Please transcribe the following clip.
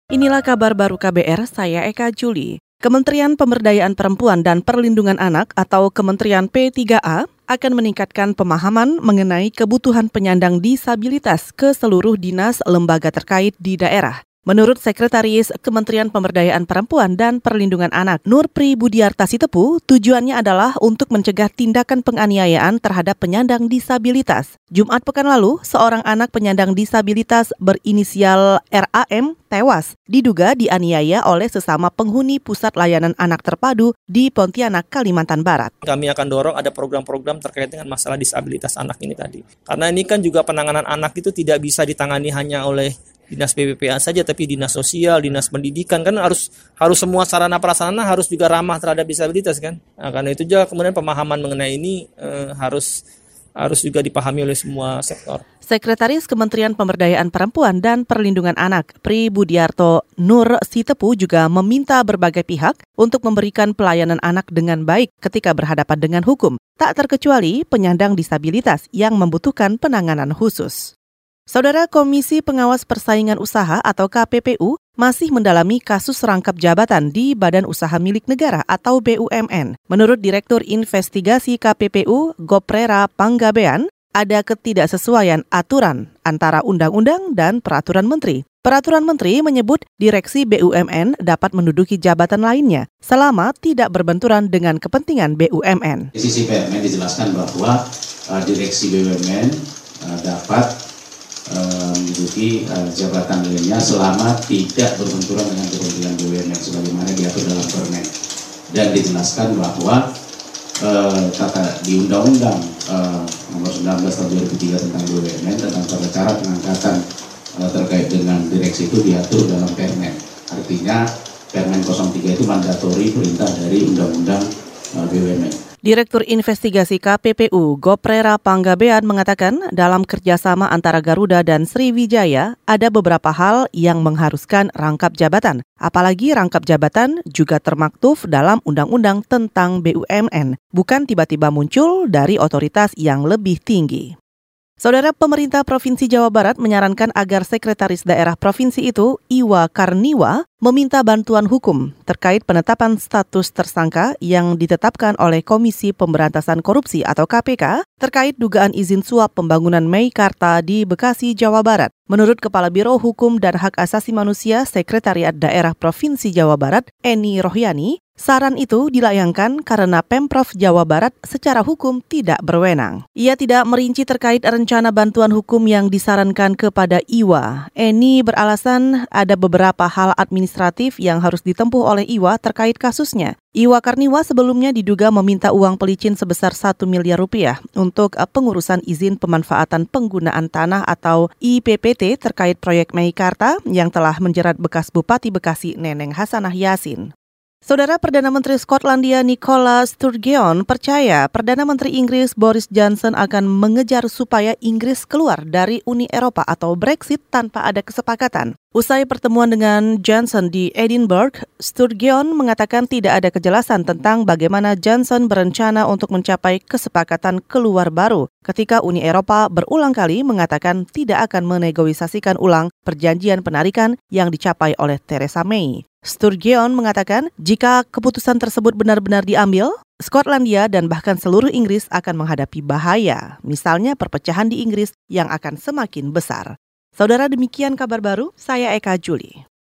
Inilah kabar baru KBR, saya Eka Juli. Kementerian Pemberdayaan Perempuan dan Perlindungan Anak atau Kementerian P3A akan meningkatkan pemahaman mengenai kebutuhan penyandang disabilitas ke seluruh dinas lembaga terkait di daerah. Menurut Sekretaris Kementerian Pemberdayaan Perempuan dan Perlindungan Anak, Nurpri Budiarta Sitepu, tujuannya adalah untuk mencegah tindakan penganiayaan terhadap penyandang disabilitas. Jumat pekan lalu, seorang anak penyandang disabilitas berinisial RAM tewas, diduga dianiaya oleh sesama penghuni Pusat Layanan Anak Terpadu di Pontianak, Kalimantan Barat. Kami akan dorong ada program-program terkait dengan masalah disabilitas anak ini tadi. Karena ini kan juga penanganan anak itu tidak bisa ditangani hanya oleh Dinas PPPA saja, tapi Dinas Sosial, Dinas Pendidikan kan harus semua sarana prasarana harus juga ramah terhadap disabilitas kan. Nah, karena itu juga kemudian pemahaman mengenai ini harus juga dipahami oleh semua sektor. Sekretaris Kementerian Pemberdayaan Perempuan dan Perlindungan Anak, Pri Budiarto Nur Sitepu juga meminta berbagai pihak untuk memberikan pelayanan anak dengan baik ketika berhadapan dengan hukum, tak terkecuali penyandang disabilitas yang membutuhkan penanganan khusus. Saudara, Komisi Pengawas Persaingan Usaha atau KPPU masih mendalami kasus rangkap jabatan di Badan Usaha Milik Negara atau BUMN. Menurut Direktur Investigasi KPPU, Goprera Panggabean, ada ketidaksesuaian aturan antara undang-undang dan peraturan menteri. Peraturan menteri menyebut direksi BUMN dapat menduduki jabatan lainnya selama tidak berbenturan dengan kepentingan BUMN. Di sisi PMN dijelaskan bahwa direksi BUMN dapat menduduki jabatan lainnya selama tidak berbenturan dengan kepentingan BUMN sebagaimana diatur dalam Permen. Dan dijelaskan bahwa di Undang-Undang Nomor 19 Tahun 2003 tentang BUMN tentang tata cara pengangkatan terkait dengan direksi itu diatur dalam Permen. Artinya Permen 03 itu mandatori perintah dari Undang-Undang BUMN. Direktur Investigasi KPPU Goprera Panggabean mengatakan dalam kerjasama antara Garuda dan Sriwijaya ada beberapa hal yang mengharuskan rangkap jabatan. Apalagi rangkap jabatan juga termaktub dalam undang-undang tentang BUMN, bukan tiba-tiba muncul dari otoritas yang lebih tinggi. Saudara, pemerintah Provinsi Jawa Barat menyarankan agar Sekretaris Daerah Provinsi itu, Iwa Karniwa, meminta bantuan hukum terkait penetapan status tersangka yang ditetapkan oleh Komisi Pemberantasan Korupsi atau KPK terkait dugaan izin suap pembangunan Meikarta di Bekasi, Jawa Barat. Menurut Kepala Biro Hukum dan Hak Asasi Manusia Sekretariat Daerah Provinsi Jawa Barat, Eni Rohyani, saran itu dilayangkan karena Pemprov Jawa Barat secara hukum tidak berwenang. Ia tidak merinci terkait rencana bantuan hukum yang disarankan kepada Iwa. Eni beralasan ada beberapa hal administratif yang harus ditempuh oleh Iwa terkait kasusnya. Iwa Karniwa sebelumnya diduga meminta uang pelicin sebesar 1 miliar rupiah untuk pengurusan izin pemanfaatan penggunaan tanah atau IPPT terkait proyek Meikarta yang telah menjerat bekas Bupati Bekasi Neneng Hasanah Yassin. Saudara, Perdana Menteri Skotlandia Nicola Sturgeon percaya Perdana Menteri Inggris Boris Johnson akan mengejar supaya Inggris keluar dari Uni Eropa atau Brexit tanpa ada kesepakatan. Usai pertemuan dengan Johnson di Edinburgh, Sturgeon mengatakan tidak ada kejelasan tentang bagaimana Johnson berencana untuk mencapai kesepakatan keluar baru ketika Uni Eropa berulang kali mengatakan tidak akan menegosiasikan ulang perjanjian penarikan yang dicapai oleh Theresa May. Sturgeon mengatakan jika keputusan tersebut benar-benar diambil, Skotlandia dan bahkan seluruh Inggris akan menghadapi bahaya, misalnya perpecahan di Inggris yang akan semakin besar. Saudara, demikian kabar baru, saya Eka Juli.